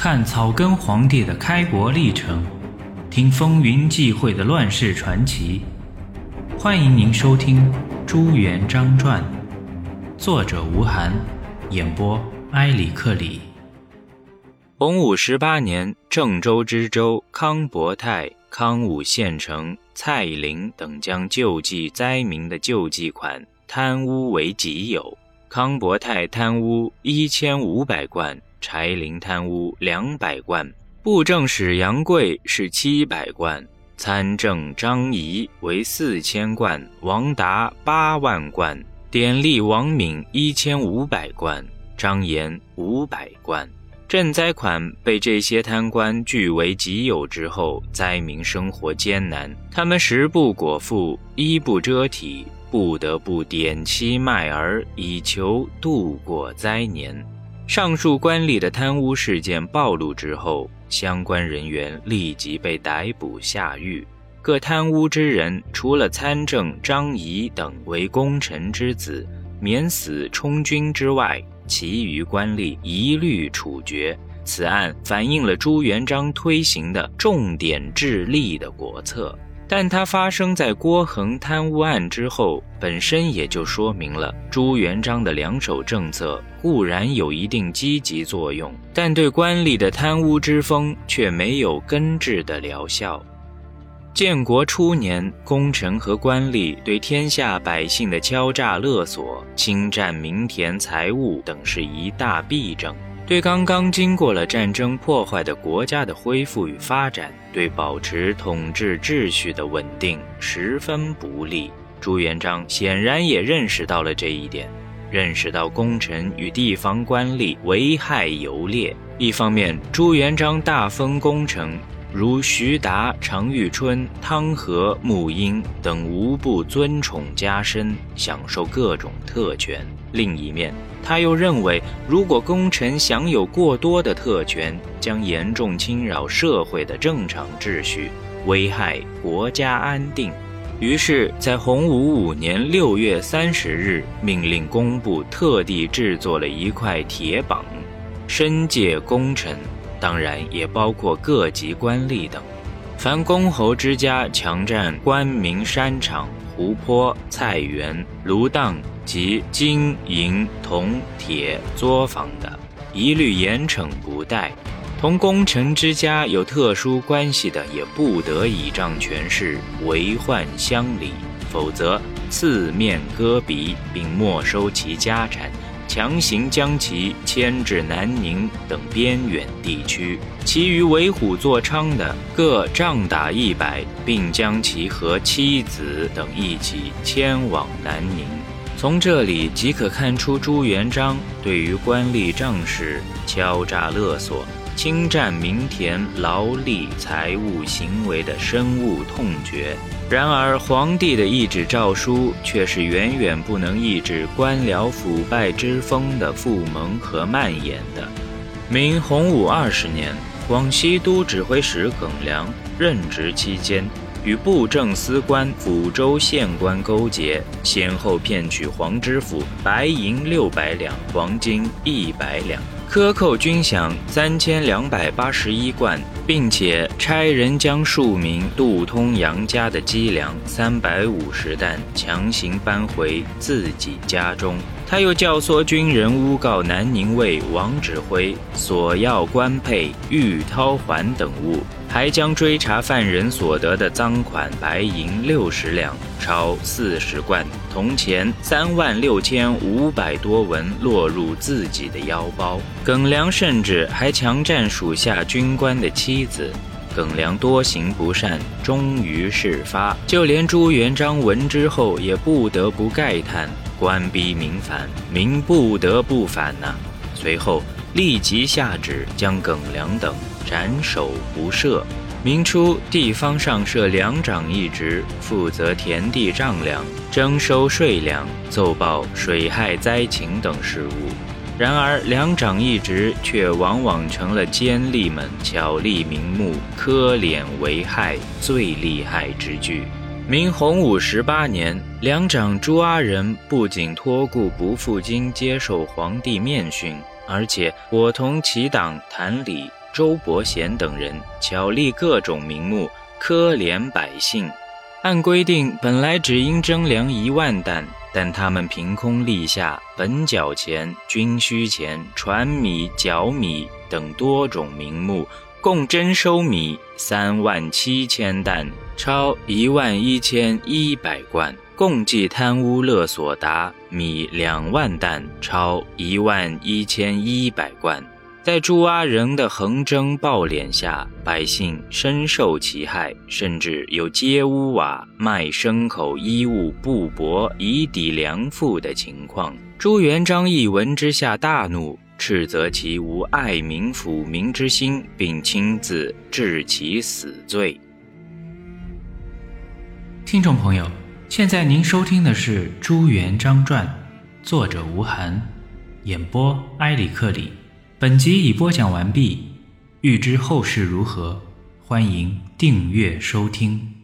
看草根皇帝的开国历程，听风云际会的乱世传奇。欢迎您收听《朱元璋传》，作者吴晗，演播埃里克里。洪武18年，郑州知州康伯泰、康武县丞蔡林等将救济灾民的救济款贪污为己有。康伯泰贪污1500贯，柴林贪污200贯，布政使杨贵是700贯，参政张仪为4000贯，王达8万贯，典吏王敏1500贯，张延500贯。赈灾款被这些贪官据为己有之后，灾民生活艰难，他们食不果腹，衣不遮体，不得不点漆卖儿，以求度过灾年。上述官吏的贪污事件暴露之后，相关人员立即被逮捕下狱。各贪污之人，除了参政张仪等为功臣之子，免死充军之外，其余官吏一律处决。此案反映了朱元璋推行的重点治吏的国策，但它发生在郭恒贪污案之后，本身也就说明了朱元璋的两手政策固然有一定积极作用，但对官吏的贪污之风却没有根治的疗效。建国初年，功臣和官吏对天下百姓的敲诈勒索、侵占民田财物等是一大弊政，对刚刚经过了战争破坏的国家的恢复与发展，对保持统治秩序的稳定十分不利。朱元璋显然也认识到了这一点，认识到功臣与地方官吏危害尤烈。一方面，朱元璋大封功臣如徐达、常遇春、汤和、穆英等无不尊宠加身，享受各种特权。另一面，他又认为如果功臣享有过多的特权，将严重侵扰社会的正常秩序，危害国家安定。于是在洪武5年6月30日命令工部特地制作了一块铁榜，申诫功臣，当然也包括各级官吏等，凡公侯之家强占官民山场、湖泊、菜园、芦荡及金银铜铁作坊的，一律严惩不贷。同功臣之家有特殊关系的，也不得倚仗权势为患乡里，否则四面割鼻，并没收其家产，强行将其迁至南宁等边远地区。其余为虎作伥的，各杖打100，并将其和妻子等一起迁往南宁。从这里即可看出朱元璋对于官吏仗势敲诈勒索、侵占民田劳力财物行为的深恶痛绝。然而皇帝的一纸诏书却是远远不能抑制官僚腐败之风的复萌和蔓延的。明洪武20年，广西都指挥使耿良任职期间，与布政司官、抚州县官勾结，先后骗取黄知府白银600两、黄金100两，克扣军饷3281贯，并且差人将庶民渡通杨家的积粮350担强行搬回自己家中。他又教唆军人诬告南宁尉王指挥索要官配、欲掏还等物，还将追查犯人所得的赃款白银60两、钞40贯、铜钱36500多文落入自己的腰包。耿良甚至还强占属下军官的妻子。耿良多行不善，终于事发。就连朱元璋闻之后也不得不慨叹，官逼民反，民不得不反啊。随后立即下旨将耿良等斩首不赦。明初，地方上设2长一职，负责田地丈量、征收税粮、奏报水害灾情等事务。然而2长一职却往往成了奸吏们巧立名目、科敛为害最厉害之具。明洪武18年，2长朱阿仁不仅托顾不赴京接受皇帝面训，而且伙同其党谭礼周伯贤等人巧立各种名目，苛怜百姓。按规定本来只应征粮1万担，但他们凭空立下本缴钱、军需钱、船米、缴米等多种名目，共征收米37000担，超11100贯，共计贪污勒索达米2万担，超11100贯。在朱阿仁的横征暴敛下，百姓深受其害，甚至有揭屋瓦、卖牲口、衣物、布帛以抵粮赋的情况。朱元璋一闻之下大怒，斥责其无爱民抚民之心，并亲自治其死罪。 听众朋友，现在您收听的是《朱元璋传》，作者吴晗，演播埃里克里。本集已播讲完毕，欲知后事如何，欢迎订阅收听。